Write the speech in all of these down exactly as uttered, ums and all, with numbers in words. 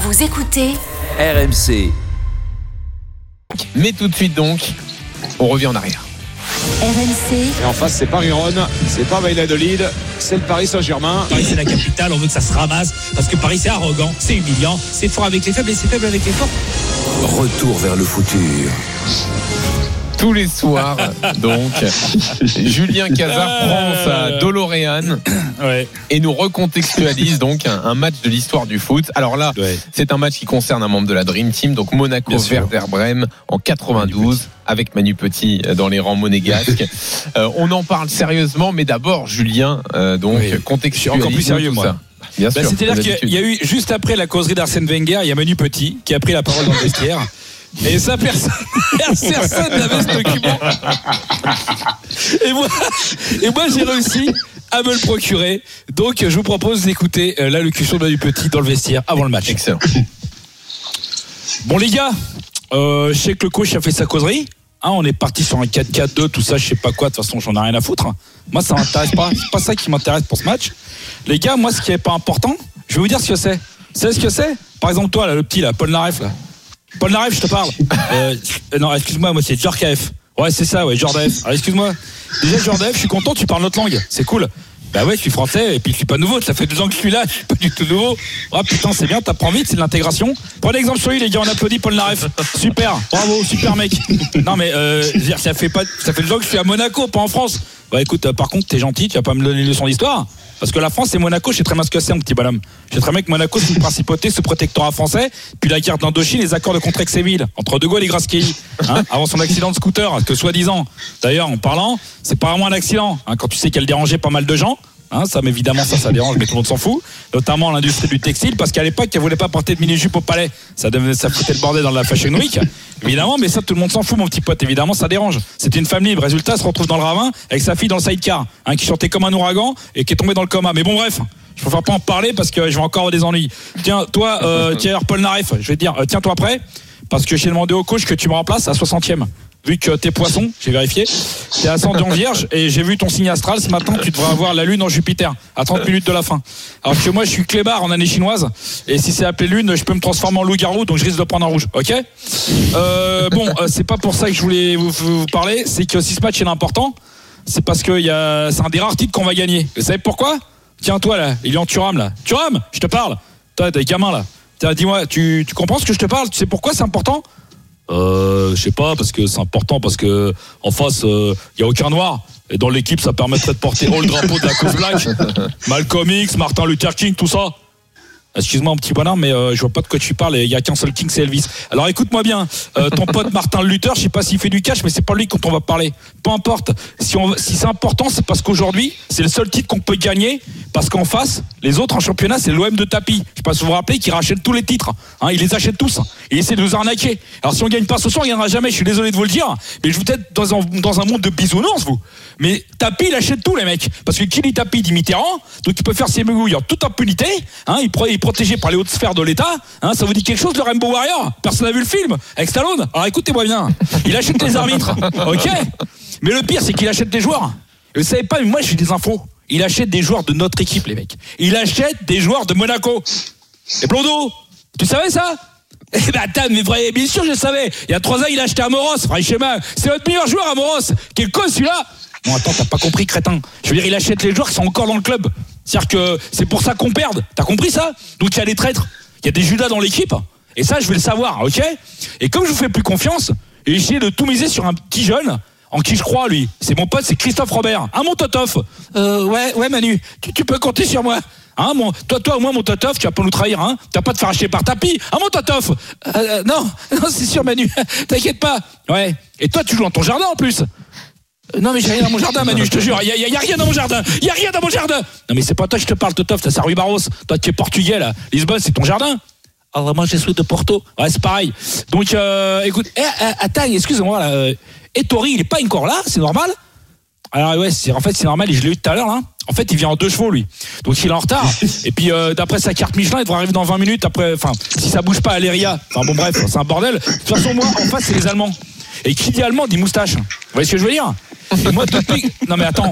Vous écoutez R M C. Mais tout de suite donc, on revient en arrière. R M C. Et en face, c'est pas Riron, c'est pas Valladolid, c'est le Paris Saint-Germain. Paris, c'est la capitale, on veut que ça se ramasse parce que Paris, c'est arrogant, c'est humiliant, c'est fort avec les faibles et c'est faible avec les forts. Retour vers le futur. Tous les soirs, donc, Julien Cazard prend sa DeLorean Ouais. et nous recontextualise donc un, un match de l'histoire du foot. Alors là, Ouais. c'est un match qui concerne un membre de la Dream Team, donc Monaco Werder Brême en quatre-vingt-douze, avec Manu Petit dans les rangs monégasques. euh, on en parle sérieusement, mais d'abord, Julien, euh, donc, Oui. contextualise Encore plus sérieux, tout moi. ça. Bien Bah, sûr, c'est-à-dire qu'il y a- d'habitude. il y a eu, juste après la causerie d'Arsène Wenger, il y a Manu Petit qui a pris la parole dans le vestiaire. Et ça, personne, personne n'avait ce document. Et moi, et moi, j'ai réussi à me le procurer. Donc, je vous propose d'écouter euh, l'allocution de Manu Petit dans le vestiaire avant le match. Excellent. Bon, les gars, euh, je sais que le coach a fait sa causerie. Hein, on est parti sur un quatre quatre deux, tout ça, je sais pas quoi. De toute façon, j'en ai rien à foutre. Moi, ça m'intéresse pas. C'est pas ça qui m'intéresse pour ce match. Les gars, moi, ce qui est pas important, je vais vous dire ce que c'est. Vous savez ce que c'est ? Par exemple, toi, là, le petit, là, Paul Naref, là. Paul Naref, je te parle. Euh, non, excuse-moi, moi, c'est Djorkaeff. Ouais, c'est ça, ouais, Jordaeff. Alors, excuse-moi. Déjà, Jordaeff, je suis content, tu parles notre langue. C'est cool. Bah ouais, je suis français et puis je suis pas nouveau. Ça fait deux ans que je suis là, je suis pas du tout nouveau. Ah putain, c'est bien, t'apprends vite, c'est de l'intégration. Prenez exemple sur lui, les gars, on applaudit Paul Naref. Super, bravo, super mec. Non mais euh, je veux dire, ça fait pas, ça fait deux ans que je suis à Monaco, pas en France. Bah écoute, euh, par contre, t'es gentil, tu vas pas me donner une leçon d'histoire. Parce que la France, c'est Monaco, je sais très bien ce que c'est, mon petit bonhomme. Je sais très bien que Monaco, c'est une principauté sous protectorat français, puis la guerre d'Indochine, les accords de Contrexéville, entre De Gaulle et Grasquelli, hein, avant son accident de scooter, que soi-disant, d'ailleurs, en parlant, c'est pas vraiment un accident, hein, quand tu sais qu'elle dérangeait pas mal de gens. Hein, ça, mais évidemment, ça, ça dérange, mais tout le monde s'en fout. Notamment l'industrie du textile, parce qu'à l'époque, elle voulait pas porter de mini-jupe au palais. Ça devenait, ça foutait le bordel dans la Fashion Week. Évidemment, mais ça, tout le monde s'en fout, mon petit pote. Évidemment, ça dérange. C'était une femme libre. Résultat, elle se retrouve dans le ravin avec sa fille dans le sidecar, hein, qui chantait comme un ouragan et qui est tombée dans le coma. Mais bon, bref. Je préfère pas en parler parce que je vais encore avoir des ennuis. Tiens, toi, euh, tiens, Paul Naref, je vais te dire, euh, tiens-toi prêt, parce que j'ai demandé au coach que tu me remplaces à soixantième. Vu que t'es poisson, j'ai vérifié, t'es ascendant vierge et j'ai vu ton signe astral ce matin, tu devrais avoir la lune en Jupiter à trente minutes de la fin. Alors que moi je suis clébard en année chinoise et si c'est appelé lune, je peux me transformer en loup-garou, donc je risque de prendre un rouge, ok euh, Bon, euh, c'est pas pour ça que je voulais vous, vous parler, c'est que si ce match est important, c'est parce que y a, c'est un des rares titres qu'on va gagner. Vous savez pourquoi ? Tiens toi là, il est en Thuram là. Thuram, je te parle. Toi, t'es gamin là. Tiens, dis-moi, tu, tu comprends ce que je te parle ? Tu sais pourquoi c'est important ? Euh, je sais pas, parce que c'est important, parce que en face, il euh, y a aucun noir. Et dans l'équipe, ça permettrait de porter haut le drapeau de la cause black. Malcolm X, Martin Luther King, tout ça. Excuse-moi, mon petit bonhomme, mais euh, je vois pas de quoi tu parles. Il y a qu'un seul King, c'est Elvis. Alors écoute-moi bien, euh, ton pote Martin Luther, je sais pas s'il fait du cash, mais c'est pas lui quand on va parler. Peu importe. Si, on, si c'est important, c'est parce qu'aujourd'hui, c'est le seul titre qu'on peut gagner. Parce qu'en face, les autres en championnat, c'est l'O M de tapis. Je sais pas si vous vous rappelez, qui rachète tous les titres. Hein, ils les achètent tous. Il essaie de nous arnaquer. Alors si on gagne pas ce soir, on gagnera jamais. Je suis désolé de vous le dire, mais je vous êtes dans un, dans un monde de bisounours, vous. Mais tapis, il achète tout, les mecs. Parce que qui dit tapis dit Mitterrand, donc il peut faire ses magouilles en toute impunité. Hein, il, pro, il est protégé par les hautes sphères de l'État. Hein, ça vous dit quelque chose, le Rainbow Warrior ? Personne n'a vu le film avec Stallone ? Alors écoutez-moi bien. Il achète les arbitres, ok ? Mais le pire, c'est qu'il achète des joueurs. Et vous savez pas, mais moi j'ai des infos. Il achète des joueurs de notre équipe, les mecs. Il achète des joueurs de Monaco. Et Blondeau, tu savais ça ? Eh ben attends, mais vrai, bien sûr je le savais. Il y a trois ans, il a acheté Amoros. Franchement, c'est notre meilleur joueur, Amoros. Quel con celui-là ? Bon attends, t'as pas compris, crétin. Je veux dire, il achète les joueurs qui sont encore dans le club. C'est-à-dire que c'est pour ça qu'on perde. T'as compris ça ? Donc il y a des traîtres. Il y a des Judas dans l'équipe. Et ça, je vais le savoir, ok ? Et comme je vous fais plus confiance, j'ai essayé de tout miser sur un petit jeune en qui je crois, lui. C'est mon pote, c'est Christophe Robert. Hein, mon Totof ? Euh, ouais, ouais, Manu. Tu, tu peux compter sur moi. Hein, mon, toi, toi, au moins, mon Totof, tu vas pas nous trahir, hein. Tu vas pas te faire acheter par tapis. Hein, mon Totof ? euh, Non, non, c'est sûr, Manu. T'inquiète pas. Ouais. Et toi, tu joues dans ton jardin, en plus. Euh, non, mais j'ai rien dans mon jardin, Manu, je te jure. Il y a, y a, y a rien dans mon jardin. Il y a rien dans mon jardin. Non, mais c'est pas toi que je te parle, Totof. Ça, c'est Rui Barros. Toi, tu es portugais, là. Lisbonne, c'est ton jardin. Ah, vraiment, j'ai souhaité de Porto. Ouais, c'est pareil. Donc, euh, écoute, eh, eh, attends, excuse-moi, là. Euh, Et Tori, il est pas encore là, c'est normal. Alors ouais, c'est, en fait c'est normal, et je l'ai eu tout à l'heure là. En fait, il vient en deux chevaux lui, donc il est en retard. Et puis euh, d'après sa carte Michelin, il devrait arriver dans vingt minutes. Après, enfin, si ça bouge pas à Léria. Enfin bon bref, c'est un bordel. De toute façon, moi en face c'est les Allemands. Et qui dit allemand dit moustache. Vous voyez ce que je veux dire ? Et moi depuis, non mais attends,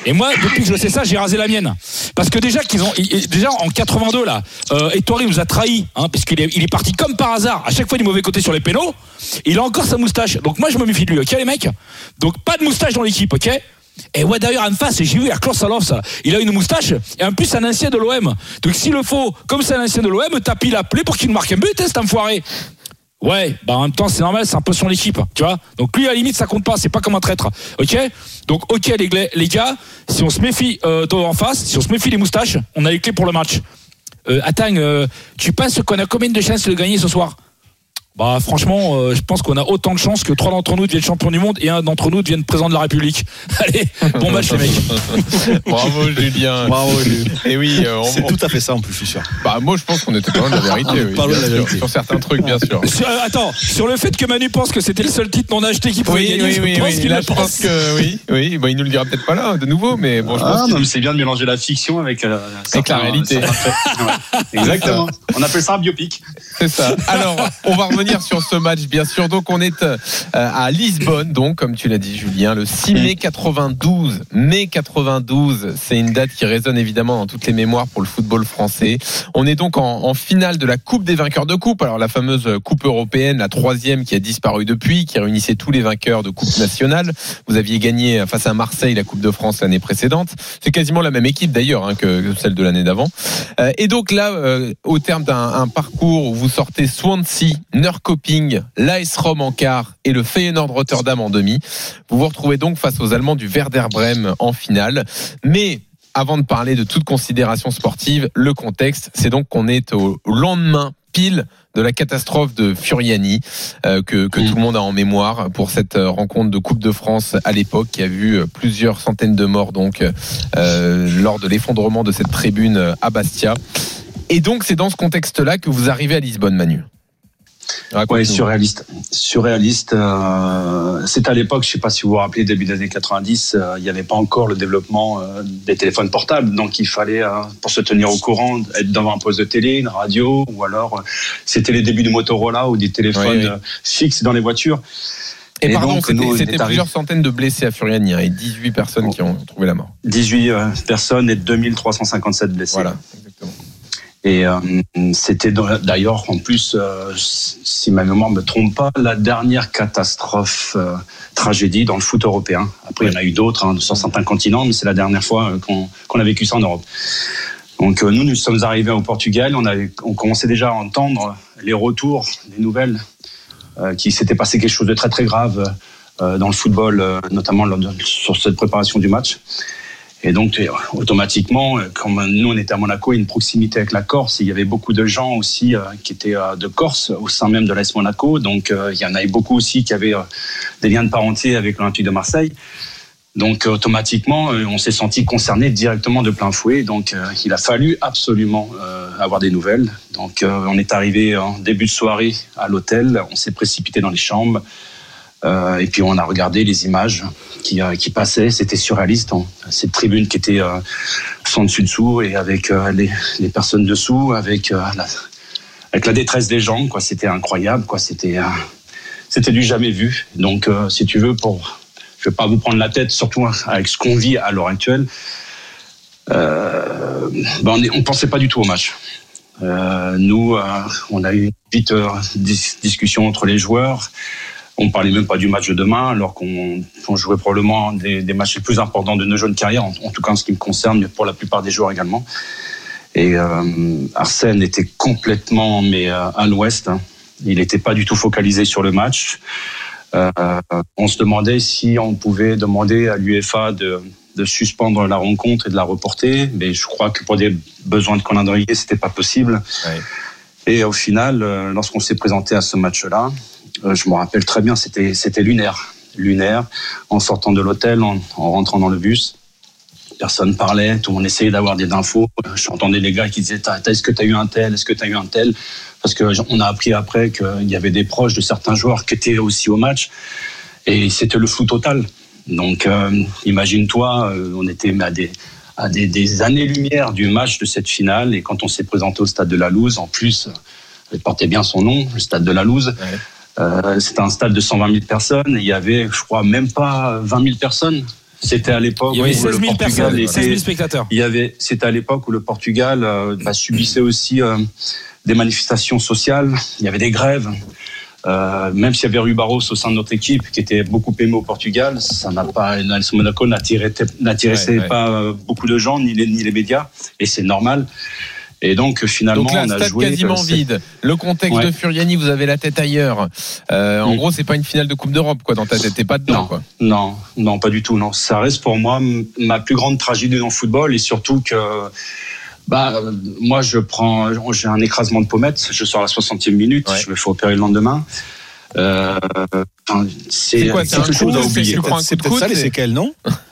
Et moi, depuis que je sais ça, j'ai rasé la mienne. Parce que déjà qu'ils ont, déjà en quatre-vingt-deux là, euh, Ettori nous a trahis, hein, puisqu'il est, il est parti comme par hasard. À chaque fois du mauvais côté sur les pénaux. Il a encore sa moustache. Donc moi, je me méfie de lui. Ok, les mecs. Donc pas de moustache dans l'équipe. Ok. Et ouais, d'ailleurs, en face, j'ai vu, à Klaus Allofs, il a une moustache, et en plus, c'est un ancien de l'O M. Donc, s'il le faut, comme c'est un ancien de l'O M, tapis il a appelé pour qu'il marque un but, hein, cet enfoiré. Ouais, bah en même temps, c'est normal, c'est un peu son équipe, tu vois. Donc, lui, à la limite, ça compte pas, c'est pas comme un traître. Ok? Donc, ok, les, les gars, si on se méfie euh, en face, si on se méfie les moustaches, on a les clés pour le match. Euh, attends, euh, tu penses qu'on a combien de chances de gagner ce soir? Bah franchement, euh, je pense qu'on a autant de chances que trois d'entre nous deviennent champions du monde et un d'entre nous devienne président de la République. Allez, bon match les mecs. Bravo Julien. Bravo Julien. Et oui, euh, on, c'est on... tout à fait ça en plus, je suis sûr. Bah moi je pense qu'on était pas loin de la vérité. Oui, pas loin de la sûr, vérité. Sur certains trucs, bien sûr. Sur, euh, attends, sur le fait que Manu pense que c'était le seul titre non acheté qu'il pouvait oui, gagner, oui, je oui, pense oui. qu'il Là, le je pense. pense que oui, oui. Bah, il nous le dira peut-être pas là de nouveau, mais bon, je ah, pense non, que mais c'est bien de mélanger la fiction avec, euh, avec la réalité. Ouais, exactement. On appelle ça un biopic. C'est ça. Alors, on va revenir sur ce match, bien sûr. Donc, on est euh, à Lisbonne, donc, comme tu l'as dit, Julien, le six mai quatre-vingt-douze. mai quatre-vingt-douze, c'est une date qui résonne évidemment dans toutes les mémoires pour le football français. On est donc en, en finale de la Coupe des vainqueurs de coupe. Alors, la fameuse Coupe européenne, la troisième qui a disparu depuis, qui réunissait tous les vainqueurs de Coupe nationale. Vous aviez gagné face à Marseille la Coupe de France l'année précédente. C'est quasiment la même équipe d'ailleurs hein, que, que celle de l'année d'avant. Euh, et donc là, euh, au terme d'un un parcours où vous sortez Swansea, Norrköping, l'A S Rome en quart et le Feyenoord Rotterdam en demi, vous vous retrouvez donc face aux Allemands du Werder Brême en finale. Mais avant de parler de toute considération sportive, le contexte, c'est donc qu'on est au lendemain pile de la catastrophe de Furiani euh, que, que mmh. tout le monde a en mémoire pour cette rencontre de Coupe de France à l'époque qui a vu plusieurs centaines de morts donc euh, lors de l'effondrement de cette tribune à Bastia. Et donc c'est dans ce contexte-là que vous arrivez à Lisbonne, Manu. Oui, surréaliste. Surréaliste. Euh, c'est à l'époque, je ne sais pas si vous vous rappelez, début des années quatre-vingt-dix, euh, il n'y avait pas encore le développement euh, des téléphones portables. Donc il fallait, euh, pour se tenir au courant, être devant un poste de télé, une radio, ou alors euh, c'était les débuts du Motorola ou des téléphones oui, oui. Euh, fixes dans les voitures. Et, et pardon, donc, c'était, nous, c'était plusieurs centaines de blessés à Furiani hein, et dix-huit personnes oh. qui ont trouvé la mort. dix-huit euh, personnes et deux mille trois cent cinquante-sept blessés. Voilà, exactement. Et euh, c'était d'ailleurs en plus, euh, si ma mémoire ne me trompe pas, la dernière catastrophe, euh, tragédie dans le foot européen. Après, oui. il y en a eu d'autres hein, sur certains continents, mais c'est la dernière fois euh, qu'on, qu'on a vécu ça en Europe. Donc euh, nous, nous sommes arrivés au Portugal, on, avait, on commençait déjà à entendre les retours, les nouvelles, euh, qu'il s'était passé quelque chose de très très grave euh, dans le football, euh, notamment sur cette préparation du match. Et donc, automatiquement, comme nous, on était à Monaco, il y a une proximité avec la Corse. Il y avait beaucoup de gens aussi euh, qui étaient euh, de Corse au sein même de l'A S Monaco. Donc, euh, il y en avait beaucoup aussi qui avaient euh, des liens de parenté avec l'Olympique de Marseille. Donc, euh, automatiquement, euh, on s'est senti concerné directement de plein fouet. Donc, euh, il a fallu absolument euh, avoir des nouvelles. Donc, euh, on est arrivé en début de soirée à l'hôtel. On s'est précipité dans les chambres. Euh, et puis on a regardé les images qui, euh, qui passaient, c'était surréaliste. Hein. Cette tribune qui était euh, sans dessus dessous et avec euh, les, les personnes dessous, avec, euh, la, avec la détresse des gens, quoi. C'était incroyable, quoi. C'était, euh, c'était du jamais vu. Donc euh, si tu veux, pour, je ne vais pas vous prendre la tête, surtout avec ce qu'on vit à l'heure actuelle, euh, ben on ne pensait pas du tout au match. Euh, nous, euh, on a eu une vite euh, dis- discussion entre les joueurs. On ne parlait même pas du match de demain, alors qu'on, qu'on jouait probablement des, des matchs les plus importants de nos jeunes carrières, en, en tout cas en ce qui me concerne, mais pour la plupart des joueurs également. Et euh, Arsène était complètement mais, euh, à l'ouest. Hein. Il n'était pas du tout focalisé sur le match. Euh, on se demandait si on pouvait demander à l'UEFA de, de suspendre la rencontre et de la reporter, mais je crois que pour des besoins de calendrier, ce n'était pas possible. Ouais. Et au final, euh, lorsqu'on s'est présenté à ce match-là, je me rappelle très bien, c'était, c'était lunaire. Lunaire, en sortant de l'hôtel, en, en rentrant dans le bus. Personne parlait, tout le monde essayait d'avoir des infos. J'entendais les gars qui disaient « Est-ce que tu as eu un tel ? Est-ce que tu as eu un tel ?» Parce qu'on a appris après qu'il y avait des proches de certains joueurs qui étaient aussi au match. Et c'était le flou total. Donc, euh, imagine-toi, on était à des... à des, des années-lumière du match de cette finale. Et quand on s'est présenté au stade de la Luz, en plus, il portait bien son nom, le stade de la Luz. Ouais. Euh, c'était un stade de cent vingt mille personnes. Et il y avait, je crois, même pas vingt mille personnes C'était à l'époque Il y avait où seize le mille Portugal personnes, seize mille était, spectateurs. il y avait, c'était à l'époque où le Portugal euh, bah, subissait aussi euh, des manifestations sociales. Il y avait des grèves. Euh, même s'il y avait Rui Barros au sein de notre équipe qui était beaucoup aimé au Portugal, ça n'a pas, Nelson Monaco n'attirait, n'attirait ouais, ouais. pas euh, beaucoup de gens, ni les, ni les médias, et c'est normal. Et donc finalement, donc là, on a stade joué quasiment vide. Le contexte ouais. de Furiani, vous avez la tête ailleurs. Euh, en mmh. gros, c'est pas une finale de Coupe d'Europe, quoi. Dans ta tête, t'es pas dedans, non, quoi. Non, non, pas du tout. Non, ça reste pour moi ma plus grande tragédie dans le football, et surtout que, bah, moi, je prends, j'ai un écrasement de pommettes. Je sors à la soixantième minute. Ouais. Je me fais opérer le lendemain. Euh, c'est, c'est quoi, c'est, c'est un coup, c'est, tu prends un coup de coude, ça les séquelles, non?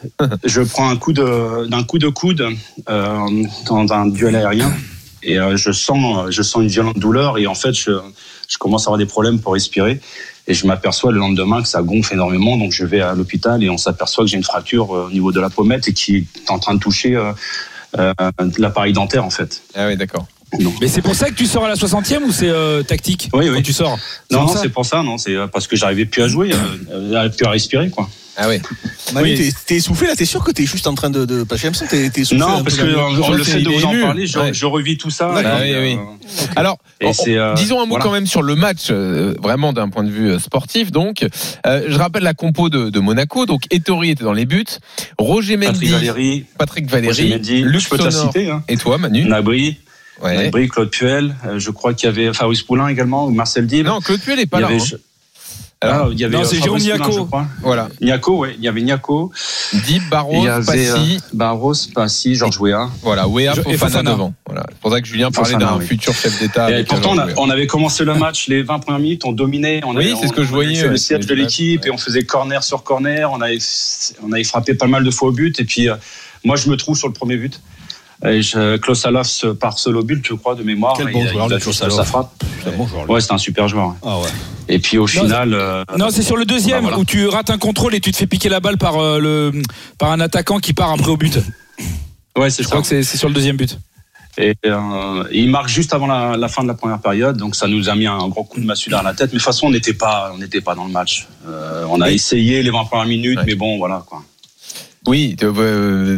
Je prends un coup de, d'un coup de coude euh, dans un duel aérien. Et euh, je sens, je sens une violente douleur et en fait, je, je commence à avoir des problèmes pour respirer. Et je m'aperçois le lendemain que ça gonfle énormément, donc je vais à l'hôpital et on s'aperçoit que j'ai une fracture euh, au niveau de la pommette et qui est en train de toucher euh, euh, l'appareil dentaire en fait. Ah oui, d'accord. Donc. Mais c'est pour ça que tu sors à la soixantième ou c'est euh, tactique? Oui, oui. Quand tu sors. C'est non, non, c'est pour ça, non, c'est parce que j'arrivais plus à jouer, euh, plus à respirer, quoi. Ah ouais. Manu, oui. t'es, t'es essoufflé là, t'es sûr que t'es juste en train de, de parce que j'ai l'impression que t'es, t'es essoufflé. Non, parce que euh, le fait de vous en parler, je, ouais. je revis tout ça. Ah, oui, oui. Okay. Alors, on, euh, disons un mot voilà. quand même sur le match, euh, vraiment d'un point de vue sportif. Donc, euh, je rappelle la compo de, de Monaco. Donc, Ettori était dans les buts, Roger Mendy, Patrick Valéry, Patrick Valéry, Luc Sonor, hein. Et toi, Manu. Nabri. Ouais. Nabri, Claude Puel, euh, je crois qu'il y avait Fabrice Poulain également, ou Marcel Dib. Non, Claude Puel n'est pas là. Avait, hein. Alors, il y avait non, c'est Jérôme Niaco. Voilà. Niaco, ouais. Il y avait Niaco. Dib, Barros, Passy. Euh, Barros, Passy, Georges Weah. Voilà, Weah, Fofana devant. Voilà. C'est pour ça que Julien parlait Fofana, d'un oui. futur chef d'État. Et pourtant, on, a, on avait commencé le match, les vingt premières minutes, on dominait. On oui, avait, c'est ce que je voyais. Fait le siège de l'équipe ouais. et on faisait corner sur corner. On avait, on avait frappé pas mal de fois au but. Et puis, euh, moi, je me trouve sur le premier but. Et je, Klaus Allofs part seul au but, je crois, de mémoire. Quel bon joueur, il a fait sa frappe. C'est un bon joueur. Ouais, c'est un super joueur. Ah ouais. Et puis au non, final. C'est... Euh, non, c'est sur le deuxième bah, voilà. où tu rates un contrôle et tu te fais piquer la balle par euh, le par un attaquant qui part après au but. Ouais, c'est je ça. crois que c'est, c'est sur le deuxième but. Et euh, il marque juste avant la, la fin de la première période, donc ça nous a mis un gros coup de massue dans la tête. Mais de toute façon, on n'était pas, on n'était pas dans le match. Euh, on a oui. essayé les vingt premières minutes, ouais. mais bon, voilà quoi. Oui. Euh,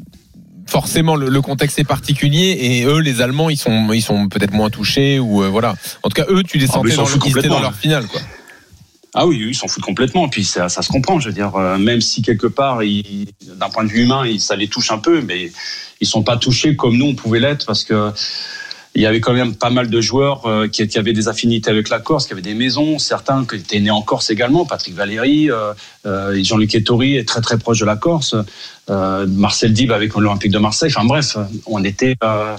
Forcément, le, le contexte est particulier et eux, les Allemands, ils sont, ils sont peut-être moins touchés ou euh, voilà. En tout cas, eux, tu les sentais ah, dans, le, dans leur finale, quoi. Ah oui, ils s'en foutent complètement. Et puis ça, ça se comprend. Je veux dire, euh, même si quelque part, ils, d'un point de vue humain, ils, ça les touche un peu, mais ils sont pas touchés comme nous on pouvait l'être parce que. Il y avait quand même pas mal de joueurs euh, qui, qui avaient des affinités avec la Corse, qui avaient des maisons, certains qui étaient nés en Corse également. Patrick Valéry, euh, euh, Jean-Luc Ettori est très très proche de la Corse. Euh, Marcel Dib avec l'Olympique de Marseille. Enfin bref, on était, euh,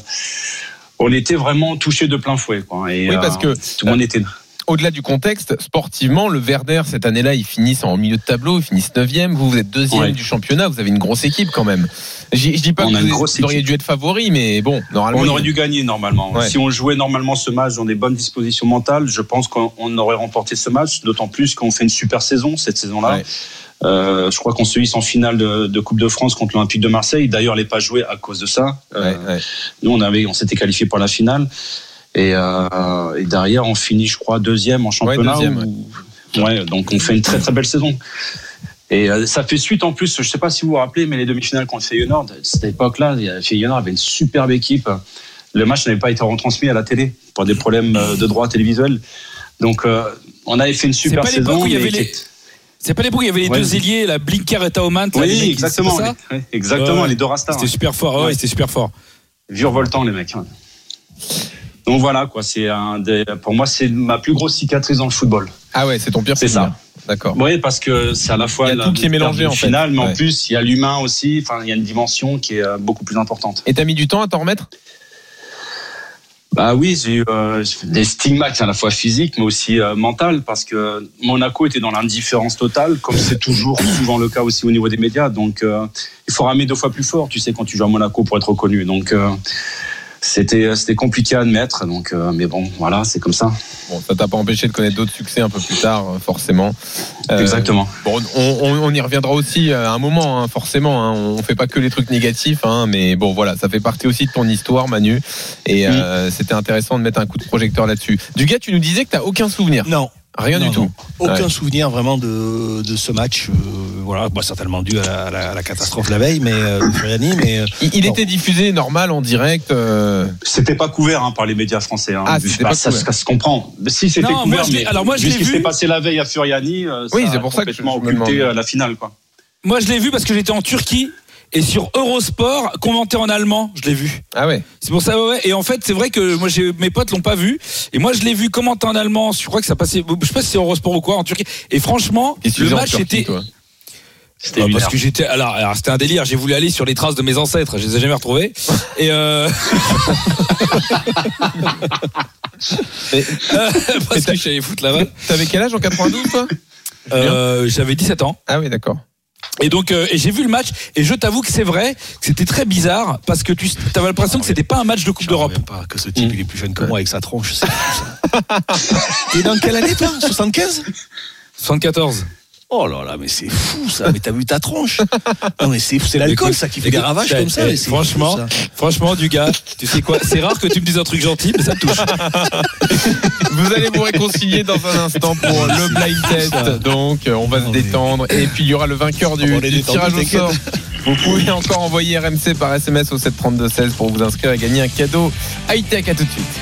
on était vraiment touchés de plein fouet, quoi. Et, oui, parce que euh, tout le monde était. Au-delà du contexte, sportivement, le Werder, cette année-là, ils finissent en milieu de tableau, ils finissent neuvième, vous, vous êtes deuxième ouais. du championnat, vous avez une grosse équipe quand même. Je, je dis pas on que vous, vous auriez dû être favori, mais bon, normalement... On aurait dû gagner normalement. Ouais. Si on jouait normalement ce match dans des bonnes dispositions mentales, je pense qu'on aurait remporté ce match, d'autant plus qu'on fait une super saison cette saison-là. Ouais. Euh, je crois qu'on se hisse en finale de, de Coupe de France contre l'Olympique de Marseille. D'ailleurs, elle n'est pas jouée à cause de ça. Euh, ouais, ouais. Nous, on, avait, on s'était qualifiés pour la finale. Et, euh, et derrière, on finit, je crois, deuxième en championnat. Ouais, deuxième, où, ouais. ouais, donc on fait une très très belle saison. Et euh, ça fait suite en plus, je ne sais pas si vous vous rappelez, mais les demi-finales contre Feyenoord, à cette époque-là, Feyenoord avait une superbe équipe. Le match n'avait pas été retransmis à la télé pour des problèmes de droits télévisuels. Donc euh, on avait fait une super c'est pas saison. Où il y avait les... C'est pas l'époque où il y avait les ouais. deux ailiers, la Blinker et Taumann. Oui, les mecs, exactement. Ça les, ouais, exactement, ouais. les deux Rastas. C'était super fort. Ouais, ouais. C'était super fort. Virevoltant les mecs. Ouais. Donc voilà quoi, c'est un des, pour moi c'est ma plus grosse cicatrice dans le football. Ah ouais, c'est ton pire. C'est ça. D'accord. Oui, parce que c'est à la fois il y a la, tout qui est mélangé en finale, fait. mais ouais. en plus il y a l'humain aussi. Enfin, il y a une dimension qui est beaucoup plus importante. Et t'as mis du temps à t'en remettre? Bah oui, j'ai eu euh, des stigmates à la fois physiques, mais aussi euh, mentales, parce que Monaco était dans l'indifférence totale, comme c'est toujours souvent le cas aussi au niveau des médias. Donc euh, il faut ramer deux fois plus fort, tu sais, quand tu joues à Monaco pour être reconnu. Donc euh, C'était, c'était compliqué à admettre, donc, euh, mais bon, voilà, c'est comme ça. Bon, ça t'a pas empêché de connaître d'autres succès un peu plus tard, forcément. Euh, Exactement. Bon, on, on, on y reviendra aussi à un moment, hein, forcément. Hein, on fait pas que les trucs négatifs, hein, mais bon, voilà, ça fait partie aussi de ton histoire, Manu. Et euh, mmh. c'était intéressant de mettre un coup de projecteur là-dessus. Dugas, tu nous disais que t'as aucun souvenir. Non. Rien Non, du tout. non. Aucun Ouais. souvenir vraiment de, de ce match. euh, voilà, bah, certainement dû à la, à la- à la catastrophe la veille, mais euh, de Furiani, mais euh, Il, il non. était diffusé normal en direct. euh, C'était pas couvert hein, par les médias français. Hein. Ah, c'était Bah, pas ça, couvert. ça se comprend. Mais si c'était Non, couvert, moi, je l'ai- mais alors moi, je vu l'ai ce qui vu. s'est passé la veille à Furiani, euh, Oui, ça c'est a pour ça que complètement je me occulté demande. euh, la finale. Quoi. Moi, je l'ai vu parce que j'étais en Turquie et sur Eurosport, commenté en allemand, je l'ai vu. Ah ouais. C'est pour ça, ouais, ouais. Et en fait, c'est vrai que moi, j'ai, mes potes l'ont pas vu. Et moi, je l'ai vu commenté en allemand. Je crois que ça passait, je sais pas si c'est Eurosport ou quoi, en Turquie. Et franchement, Qu'est-ce que tu le faisais en match Turquie, était. toi C'était Ah, une parce heure. que j'étais alors, alors c'était un délire, j'ai voulu aller sur les traces de mes ancêtres, je les ai jamais retrouvés et euh... Mais- euh, parce que je suis allé foutre là-bas. T'avais quel âge en quatre-vingt-douze, toi Euh, j'avais dix-sept ans Ah oui, d'accord. et donc euh, et j'ai vu le match et je t'avoue que c'est vrai que c'était très bizarre parce que tu avais l'impression que c'était pas un match de Coupe J'en d'Europe. reviens pas que ce type il est plus jeune que moi avec sa tronche. C'est fou, ça. T'es dans quelle année toi soixante-quinze soixante-quatorze. Oh là là, mais c'est fou ça. Mais t'as vu ta tronche? Non mais c'est fou, c'est l'alcool Écoute, ça qui fait des écoute, ravages eh, comme ça. eh, mais c'est franchement, fou, ça. franchement du gars, tu sais quoi, c'est rare que tu me dises un truc gentil mais ça me touche. Vous allez vous réconcilier dans un instant pour le blind test. Donc, euh, on va se Non, mais- détendre. Et puis, il y aura le vainqueur du, On est du détendu, tirage au t'inquiète. sort. Vous pouvez encore envoyer R M C par S M S au sept trente-deux seize pour vous inscrire et gagner un cadeau high-tech. À tout de suite.